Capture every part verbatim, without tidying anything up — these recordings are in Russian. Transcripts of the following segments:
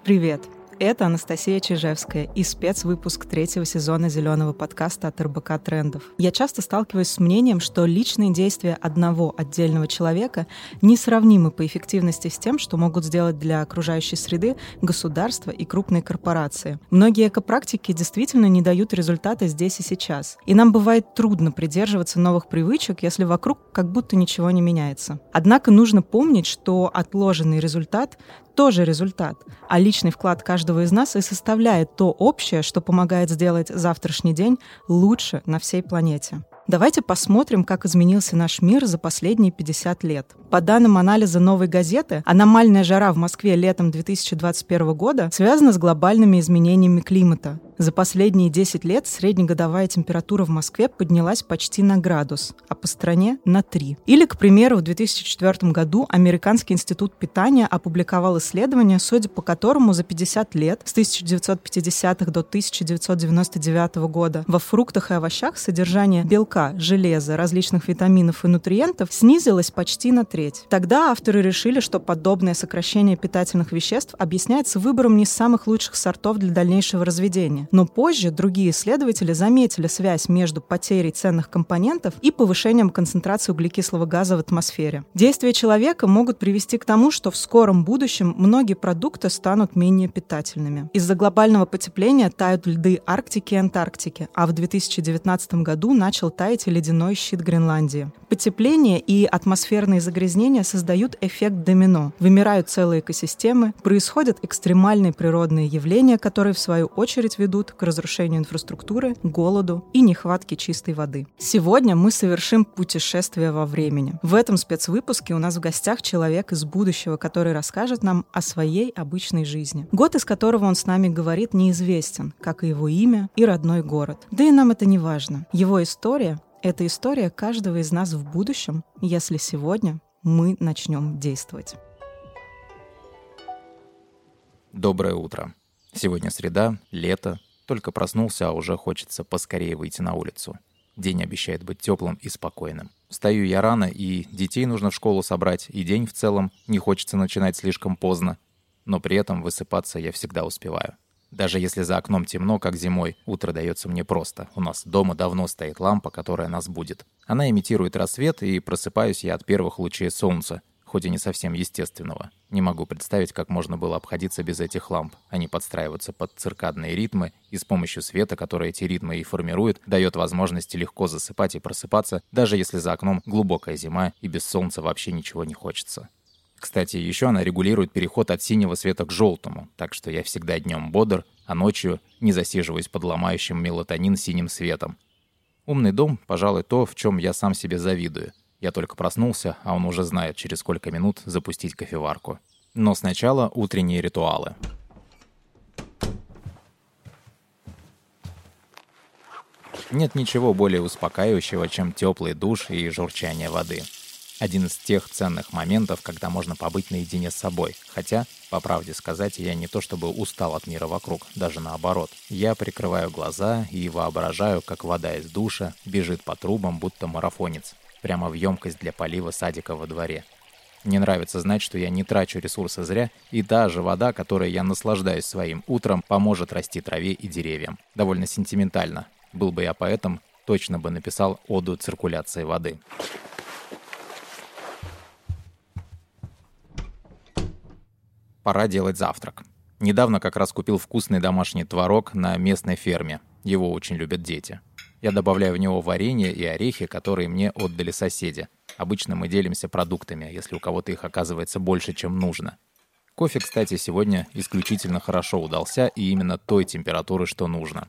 Привет! Это Анастасия Чижевская и спецвыпуск третьего сезона «Зеленого подкаста» от эр бэ ка Трендов. Я часто сталкиваюсь с мнением, что личные действия одного отдельного человека несравнимы по эффективности с тем, что могут сделать для окружающей среды государства и крупные корпорации. Многие экопрактики действительно не дают результата здесь и сейчас. И нам бывает трудно придерживаться новых привычек, если вокруг как будто ничего не меняется. Однако нужно помнить, что отложенный результат тоже результат, а личный вклад каждого из нас и составляет то общее, что помогает сделать завтрашний день лучше на всей планете. Давайте посмотрим, как изменился наш мир за последние пятьдесят лет. По данным анализа «Новой газеты», аномальная жара в Москве летом две тысячи двадцать первого года связана с глобальными изменениями климата. За последние десять лет среднегодовая температура в Москве поднялась почти на градус, а по стране — на три. Или, к примеру, в две тысячи четвёртом году Американский институт питания опубликовал исследование, судя по которому за пятьдесят лет, с тысяча девятьсот пятидесятых до тысяча девятьсот девяносто девятого года, во фруктах и овощах содержание белка, железа, различных витаминов и нутриентов снизилось почти на треть. Тогда авторы решили, что подобное сокращение питательных веществ объясняется выбором не самых лучших сортов для дальнейшего разведения. Но позже другие исследователи заметили связь между потерей ценных компонентов и повышением концентрации углекислого газа в атмосфере. Действия человека могут привести к тому, что в скором будущем многие продукты станут менее питательными. Из-за глобального потепления тают льды Арктики и Антарктики, а в две тысячи девятнадцатом году начал таять и ледяной щит Гренландии. Потепление и атмосферные загрязнения создают эффект домино. Вымирают целые экосистемы, происходят экстремальные природные явления, которые в свою очередь ведут к разрушению инфраструктуры, голоду и нехватке чистой воды. Сегодня мы совершим путешествие во времени. В этом спецвыпуске у нас в гостях человек из будущего, который расскажет нам о своей обычной жизни. Год, из которого он с нами говорит, неизвестен, как и его имя и родной город. Да и нам это не важно. Его история — это история каждого из нас в будущем, если сегодня мы начнем действовать. Доброе утро. Сегодня среда, лето. Только проснулся, а уже хочется поскорее выйти на улицу. День обещает быть теплым и спокойным. Встаю я рано, и детей нужно в школу собрать, и день в целом не хочется начинать слишком поздно. Но при этом высыпаться я всегда успеваю. Даже если за окном темно, как зимой, утро дается мне просто. У нас дома давно стоит лампа, которая нас будит. Она имитирует рассвет, и просыпаюсь я от первых лучей солнца, хоть и не совсем естественного. Не могу представить, как можно было обходиться без этих ламп. Они подстраиваются под циркадные ритмы, и с помощью света, который эти ритмы и формирует, дает возможность легко засыпать и просыпаться, даже если за окном глубокая зима и без солнца вообще ничего не хочется. Кстати, еще она регулирует переход от синего света к желтому, так что я всегда днем бодр, а ночью не засиживаюсь под ломающим мелатонин синим светом. Умный дом, пожалуй, то, в чем я сам себе завидую. Я только проснулся, а он уже знает, через сколько минут запустить кофеварку. Но сначала утренние ритуалы. Нет ничего более успокаивающего, чем теплый душ и журчание воды. Один из тех ценных моментов, когда можно побыть наедине с собой. Хотя, по правде сказать, я не то чтобы устал от мира вокруг, даже наоборот. Я прикрываю глаза и воображаю, как вода из душа бежит по трубам, будто марафонец, прямо в емкость для полива садика во дворе. Мне нравится знать, что я не трачу ресурсы зря, и та же вода, которой я наслаждаюсь своим утром, поможет расти траве и деревьям. Довольно сентиментально. Был бы я поэтом, точно бы написал оду циркуляции воды. Пора делать завтрак. Недавно как раз купил вкусный домашний творог на местной ферме. Его очень любят дети. Я добавляю в него варенье и орехи, которые мне отдали соседи. Обычно мы делимся продуктами, если у кого-то их оказывается больше, чем нужно. Кофе, кстати, сегодня исключительно хорошо удался и именно той температуры, что нужно.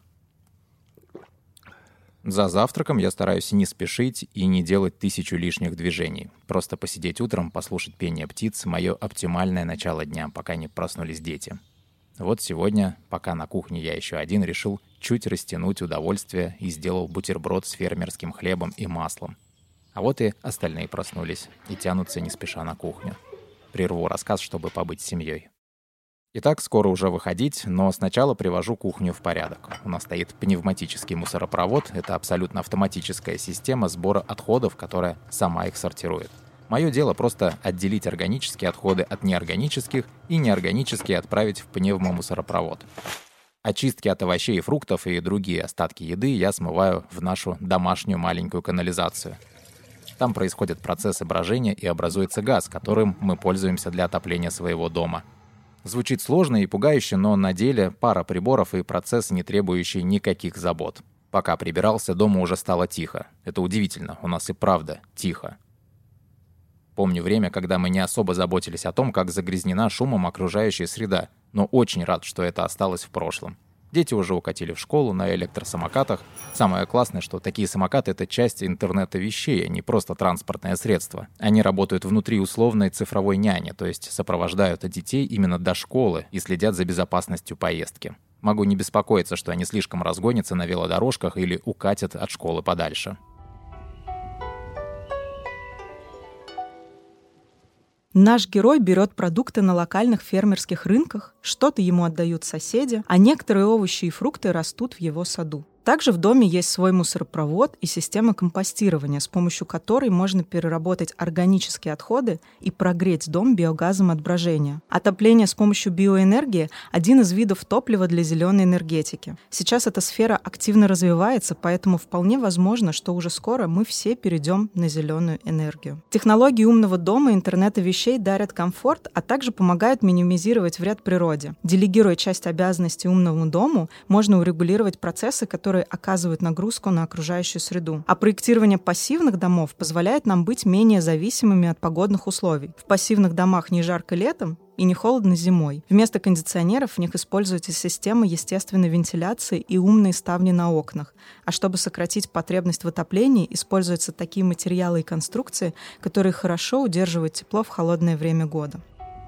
За завтраком я стараюсь не спешить и не делать тысячу лишних движений. Просто посидеть утром, послушать пение птиц — мое оптимальное начало дня, пока не проснулись дети. Вот сегодня, пока на кухне я еще один, решил чуть растянуть удовольствие и сделал бутерброд с фермерским хлебом и маслом. А вот и остальные проснулись и тянутся не спеша на кухню. Прерву рассказ, чтобы побыть с семьей. Итак, скоро уже выходить, но сначала привожу кухню в порядок. У нас стоит пневматический мусоропровод. Это абсолютно автоматическая система сбора отходов, которая сама их сортирует. Мое дело просто отделить органические отходы от неорганических и неорганические отправить в пневмомусоропровод. Очистки от овощей и фруктов и другие остатки еды я смываю в нашу домашнюю маленькую канализацию. Там происходят процессы брожения и образуется газ, которым мы пользуемся для отопления своего дома. Звучит сложно и пугающе, но на деле пара приборов и процесс, не требующий никаких забот. Пока прибирался, дома уже стало тихо. Это удивительно, у нас и правда тихо. Помню время, когда мы не особо заботились о том, как загрязнена шумом окружающая среда, но очень рад, что это осталось в прошлом. Дети уже укатили в школу на электросамокатах. Самое классное, что такие самокаты — это часть интернета вещей, а не просто транспортное средство. Они работают внутри условной цифровой няни, то есть сопровождают детей именно до школы и следят за безопасностью поездки. Могу не беспокоиться, что они слишком разгонятся на велодорожках или укатят от школы подальше. Наш герой берет продукты на локальных фермерских рынках, что-то ему отдают соседи, а некоторые овощи и фрукты растут в его саду. Также в доме есть свой мусоропровод и система компостирования, с помощью которой можно переработать органические отходы и прогреть дом биогазом от брожения. Отопление с помощью биоэнергии – один из видов топлива для зеленой энергетики. Сейчас эта сфера активно развивается, поэтому вполне возможно, что уже скоро мы все перейдем на зеленую энергию. Технологии умного дома и интернета вещей дарят комфорт, а также помогают минимизировать вред природе. Делегируя часть обязанностей умному дому, можно урегулировать процессы, которые оказывают нагрузку на окружающую среду. А проектирование пассивных домов позволяет нам быть менее зависимыми от погодных условий. В пассивных домах не жарко летом и не холодно зимой. Вместо кондиционеров в них используются системы естественной вентиляции и умные ставни на окнах. А чтобы сократить потребность в отоплении, используются такие материалы и конструкции, которые хорошо удерживают тепло в холодное время года.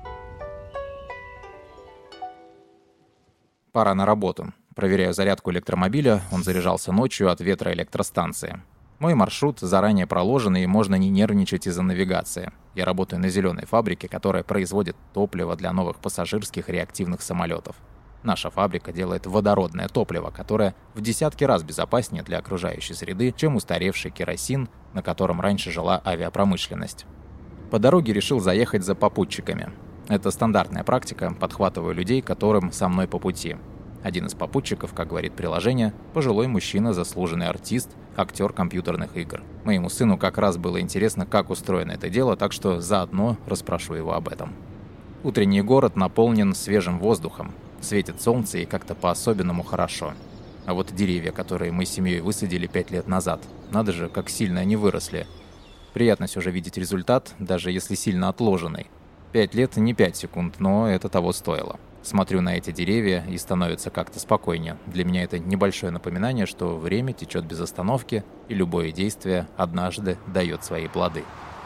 Пора на работу. Проверяю зарядку электромобиля, он заряжался ночью от ветроэлектростанции. Мой маршрут заранее проложен, и можно не нервничать из-за навигации. Я работаю на зеленой фабрике, которая производит топливо для новых пассажирских реактивных самолетов. Наша фабрика делает водородное топливо, которое в десятки раз безопаснее для окружающей среды, чем устаревший керосин, на котором раньше жила авиапромышленность. По дороге решил заехать за попутчиками. Это стандартная практика, подхватываю людей, которым со мной по пути. Один из попутчиков, как говорит приложение, пожилой мужчина, заслуженный артист, актер компьютерных игр. Моему сыну как раз было интересно, как устроено это дело, так что заодно расспрошу его об этом. Утренний город наполнен свежим воздухом. Светит солнце и как-то по-особенному хорошо. А вот деревья, которые мы с семьей высадили пять лет назад, надо же, как сильно они выросли. Приятно все же видеть результат, даже если сильно отложенный. Пять лет не пять секунд, но это того стоило. Смотрю на эти деревья и становится как-то спокойнее. Для меня это небольшое напоминание, что время течет без остановки, и любое действие однажды дает свои плоды.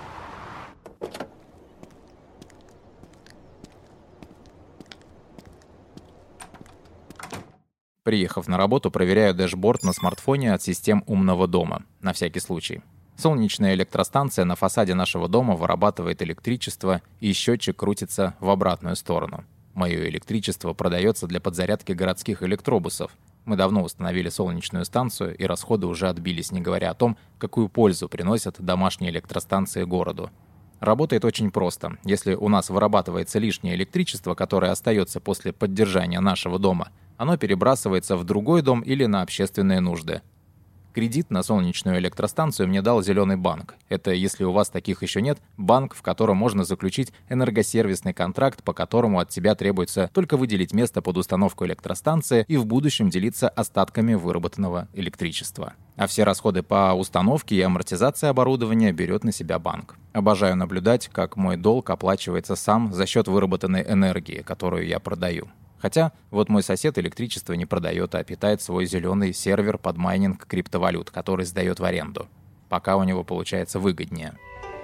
Приехав на работу, проверяю дэшборд на смартфоне от систем умного дома, на всякий случай. Солнечная электростанция на фасаде нашего дома вырабатывает электричество, и счетчик крутится в обратную сторону. Мое электричество продается для подзарядки городских электробусов. Мы давно установили солнечную станцию, и расходы уже отбились, не говоря о том, какую пользу приносят домашние электростанции городу. Работает очень просто. Если у нас вырабатывается лишнее электричество, которое остается после поддержания нашего дома, оно перебрасывается в другой дом или на общественные нужды. Кредит на солнечную электростанцию мне дал Зеленый банк. Это, если у вас таких еще нет, банк, в котором можно заключить энергосервисный контракт, по которому от тебя требуется только выделить место под установку электростанции и в будущем делиться остатками выработанного электричества. А все расходы по установке и амортизации оборудования берет на себя банк. Обожаю наблюдать, как мой долг оплачивается сам за счет выработанной энергии, которую я продаю. Хотя вот мой сосед электричество не продает, а питает свой зеленый сервер под майнинг криптовалют, который сдает в аренду. Пока у него получается выгоднее.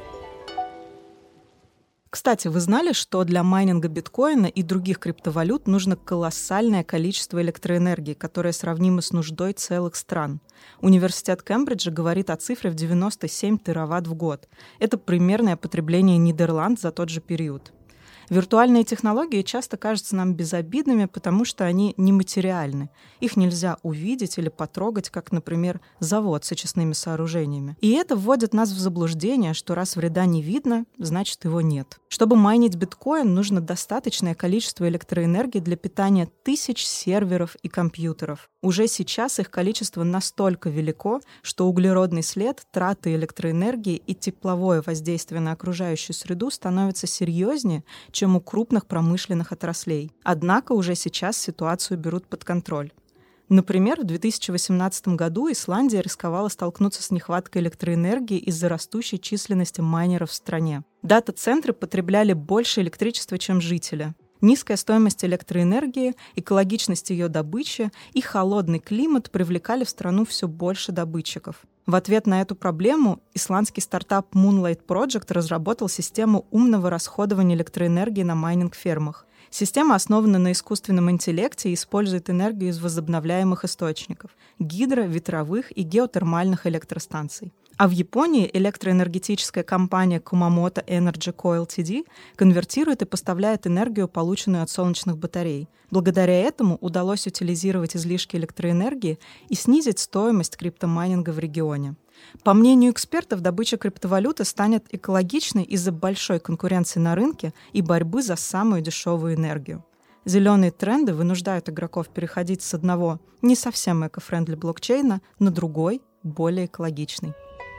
Кстати, вы знали, что для майнинга биткоина и других криптовалют нужно колоссальное количество электроэнергии, которое сравнимо с нуждой целых стран? Университет Кембриджа говорит о цифре в девяносто семь тераватт в год. Это примерное потребление Нидерланд за тот же период. Виртуальные технологии часто кажутся нам безобидными, потому что они нематериальны. Их нельзя увидеть или потрогать, как, например, завод с очистными сооружениями. И это вводит нас в заблуждение, что раз вреда не видно, значит его нет. Чтобы майнить биткоин, нужно достаточное количество электроэнергии для питания тысяч серверов и компьютеров. Уже сейчас их количество настолько велико, что углеродный след, траты электроэнергии и тепловое воздействие на окружающую среду становятся серьезнее, чем у крупных промышленных отраслей. Однако уже сейчас ситуацию берут под контроль. Например, в две тысячи восемнадцатом году Исландия рисковала столкнуться с нехваткой электроэнергии из-за растущей численности майнеров в стране. Дата-центры потребляли больше электричества, чем жители. Низкая стоимость электроэнергии, экологичность ее добычи и холодный климат привлекали в страну все больше добытчиков. В ответ на эту проблему исландский стартап Moonlight Project разработал систему умного расходования электроэнергии на майнинг-фермах. Система основана на искусственном интеллекте и использует энергию из возобновляемых источников – гидро-, ветровых и геотермальных электростанций. А в Японии электроэнергетическая компания Kumamoto Energy Co. Ltd. Конвертирует и поставляет энергию, полученную от солнечных батарей. Благодаря этому удалось утилизировать излишки электроэнергии и снизить стоимость криптомайнинга в регионе. По мнению экспертов, добыча криптовалюты станет экологичной из-за большой конкуренции на рынке и борьбы за самую дешевую энергию. Зеленые тренды вынуждают игроков переходить с одного не совсем эко-френдли блокчейна на другой, более экологичный.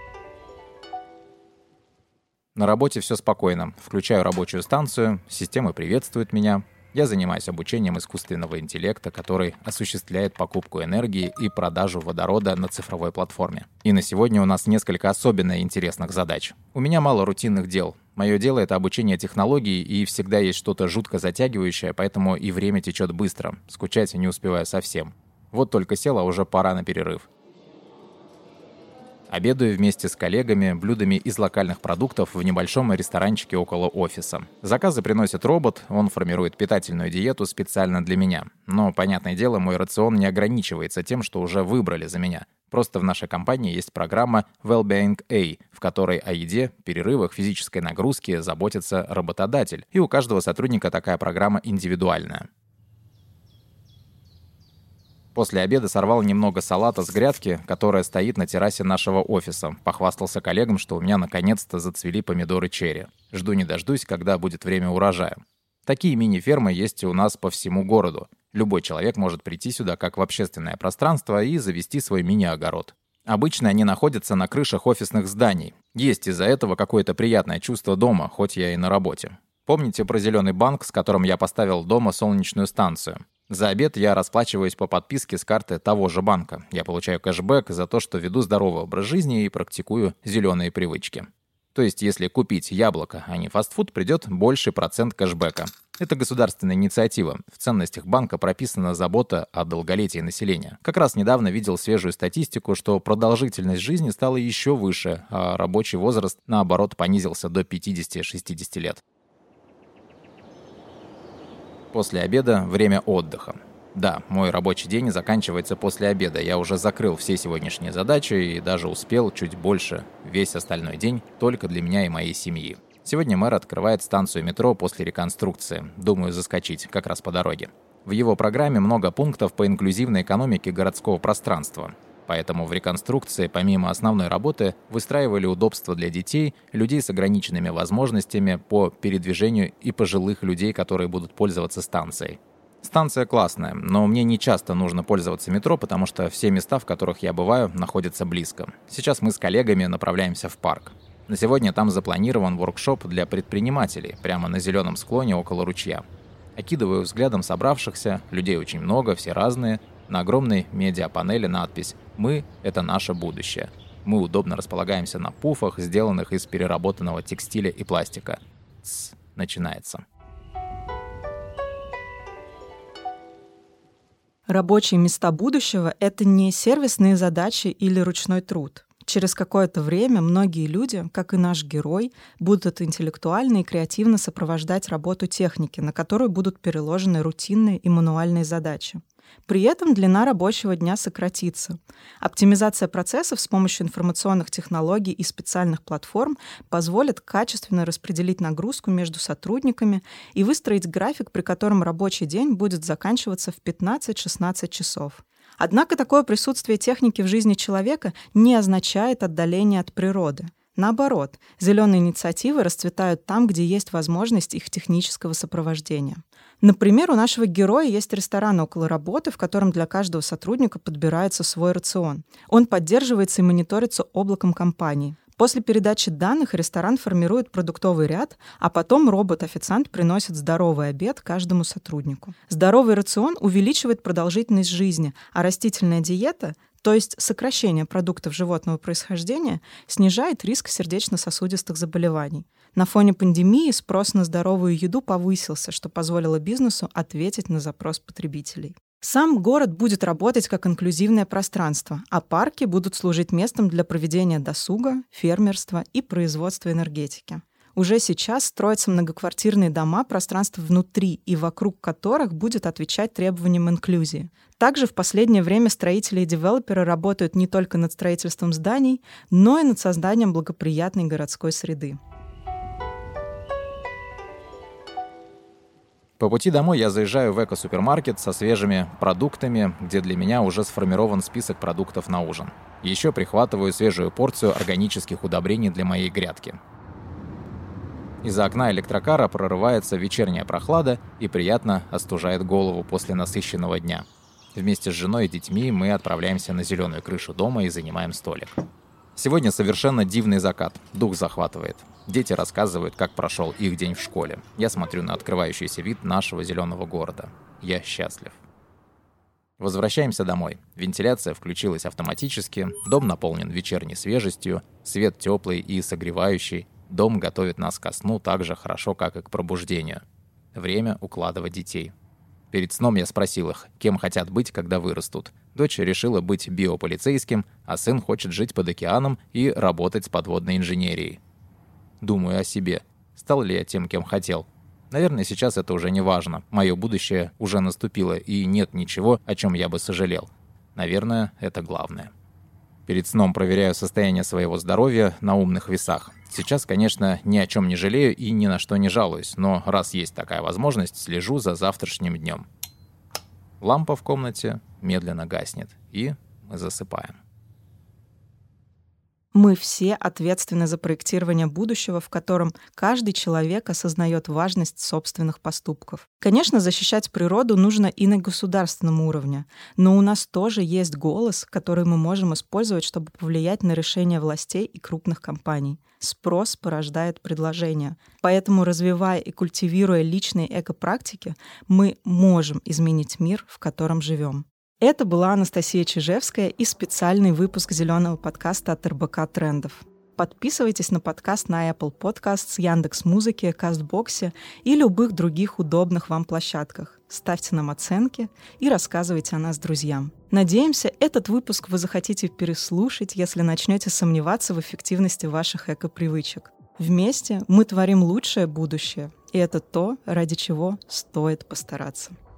На работе все спокойно. Включаю рабочую станцию, система приветствует меня. Я занимаюсь обучением искусственного интеллекта, который осуществляет покупку энергии и продажу водорода на цифровой платформе. И на сегодня у нас несколько особенно интересных задач. У меня мало рутинных дел. Мое дело — это обучение технологий, и всегда есть что-то жутко затягивающее, поэтому и время течет быстро. Скучать не успеваю совсем. Вот только сел, а уже пора на перерыв. Обедаю вместе с коллегами блюдами из локальных продуктов в небольшом ресторанчике около офиса. Заказы приносит робот, он формирует питательную диету специально для меня. Но, понятное дело, мой рацион не ограничивается тем, что уже выбрали за меня. Просто в нашей компании есть программа Wellbeing A, в которой о еде, перерывах, физической нагрузке заботится работодатель. И у каждого сотрудника такая программа индивидуальная. После обеда сорвал немного салата с грядки, которая стоит на террасе нашего офиса. Похвастался коллегам, что у меня наконец-то зацвели помидоры черри. Жду не дождусь, когда будет время урожая. Такие мини-фермы есть у нас по всему городу. Любой человек может прийти сюда как в общественное пространство и завести свой мини-огород. Обычно они находятся на крышах офисных зданий. Есть из-за этого какое-то приятное чувство дома, хоть я и на работе. Помните про зеленый банк, с которым я поставил дома солнечную станцию? За обед я расплачиваюсь по подписке с карты того же банка. Я получаю кэшбэк за то, что веду здоровый образ жизни и практикую зеленые привычки. То есть, если купить яблоко, а не фастфуд, придет больший процент кэшбэка. Это государственная инициатива. В ценностях банка прописана забота о долголетии населения. Как раз недавно видел свежую статистику, что продолжительность жизни стала еще выше, а рабочий возраст, наоборот, понизился до пятидесяти-шестидесяти лет. После обеда время отдыха. Да, мой рабочий день заканчивается после обеда. Я уже закрыл все сегодняшние задачи и даже успел чуть больше весь остальной день только для меня и моей семьи. Сегодня мэр открывает станцию метро после реконструкции. Думаю заскочить как раз по дороге. В его программе много пунктов по инклюзивной экономике городского пространства. Поэтому в реконструкции, помимо основной работы, выстраивали удобства для детей, людей с ограниченными возможностями по передвижению и пожилых людей, которые будут пользоваться станцией. Станция классная, но мне не часто нужно пользоваться метро, потому что все места, в которых я бываю, находятся близко. Сейчас мы с коллегами направляемся в парк. На сегодня там запланирован воркшоп для предпринимателей, прямо на зеленом склоне около ручья. Окидываю взглядом собравшихся, людей очень много, все разные. На огромной медиапанели надпись «Мы – это наше будущее». Мы удобно располагаемся на пуфах, сделанных из переработанного текстиля и пластика. Тсс, начинается. Рабочие места будущего — это не сервисные задачи или ручной труд. Через какое-то время многие люди, как и наш герой, будут интеллектуально и креативно сопровождать работу техники, на которую будут переложены рутинные и мануальные задачи. При этом длина рабочего дня сократится. Оптимизация процессов с помощью информационных технологий и специальных платформ позволит качественно распределить нагрузку между сотрудниками и выстроить график, при котором рабочий день будет заканчиваться в пятнадцать-шестнадцать часов. Однако такое присутствие техники в жизни человека не означает отдаление от природы. Наоборот, зеленые инициативы расцветают там, где есть возможность их технического сопровождения. Например, у нашего героя есть ресторан около работы, в котором для каждого сотрудника подбирается свой рацион. Он поддерживается и мониторится облаком компании. После передачи данных ресторан формирует продуктовый ряд, а потом робот-официант приносит здоровый обед каждому сотруднику. Здоровый рацион увеличивает продолжительность жизни, а растительная диета, то есть сокращение продуктов животного происхождения, снижает риск сердечно-сосудистых заболеваний. На фоне пандемии спрос на здоровую еду повысился, что позволило бизнесу ответить на запрос потребителей. Сам город будет работать как инклюзивное пространство, а парки будут служить местом для проведения досуга, фермерства и производства энергетики. Уже сейчас строятся многоквартирные дома, пространство внутри и вокруг которых будет отвечать требованиям инклюзии. Также в последнее время строители и девелоперы работают не только над строительством зданий, но и над созданием благоприятной городской среды. По пути домой я заезжаю в эко-супермаркет со свежими продуктами, где для меня уже сформирован список продуктов на ужин. Еще прихватываю свежую порцию органических удобрений для моей грядки. Из-за окна электрокара прорывается вечерняя прохлада и приятно остужает голову после насыщенного дня. Вместе с женой и детьми мы отправляемся на зеленую крышу дома и занимаем столик. Сегодня совершенно дивный закат, дух захватывает. Дети рассказывают, как прошел их день в школе. Я смотрю на открывающийся вид нашего зеленого города. Я счастлив. Возвращаемся домой. Вентиляция включилась автоматически, дом наполнен вечерней свежестью, свет теплый и согревающий. Дом готовит нас ко сну так же хорошо, как и к пробуждению. Время укладывать детей. Перед сном я спросил их, кем хотят быть, когда вырастут. Дочь решила быть биополицейским, а сын хочет жить под океаном и работать с подводной инженерией. Думаю о себе. Стал ли я тем, кем хотел? Наверное, сейчас это уже не важно. Мое будущее уже наступило, и нет ничего, о чем я бы сожалел. Наверное, это главное. Перед сном проверяю состояние своего здоровья на умных весах. Сейчас, конечно, ни о чем не жалею и ни на что не жалуюсь, но раз есть такая возможность, слежу за завтрашним днем. Лампа в комнате медленно гаснет, и мы засыпаем. Мы все ответственны за проектирование будущего, в котором каждый человек осознает важность собственных поступков. Конечно, защищать природу нужно и на государственном уровне, но у нас тоже есть голос, который мы можем использовать, чтобы повлиять на решения властей и крупных компаний. Спрос порождает предложение. Поэтому, развивая и культивируя личные эко-практики, мы можем изменить мир, в котором живем. Это была Анастасия Чижевская и специальный выпуск зеленого подкаста от эр бэ ка Трендов. Подписывайтесь на подкаст на Apple Podcasts, Яндекс.Музыке, Кастбоксе и любых других удобных вам площадках. Ставьте нам оценки и рассказывайте о нас друзьям. Надеемся, этот выпуск вы захотите переслушать, если начнете сомневаться в эффективности ваших эко-привычек. Вместе мы творим лучшее будущее, и это то, ради чего стоит постараться.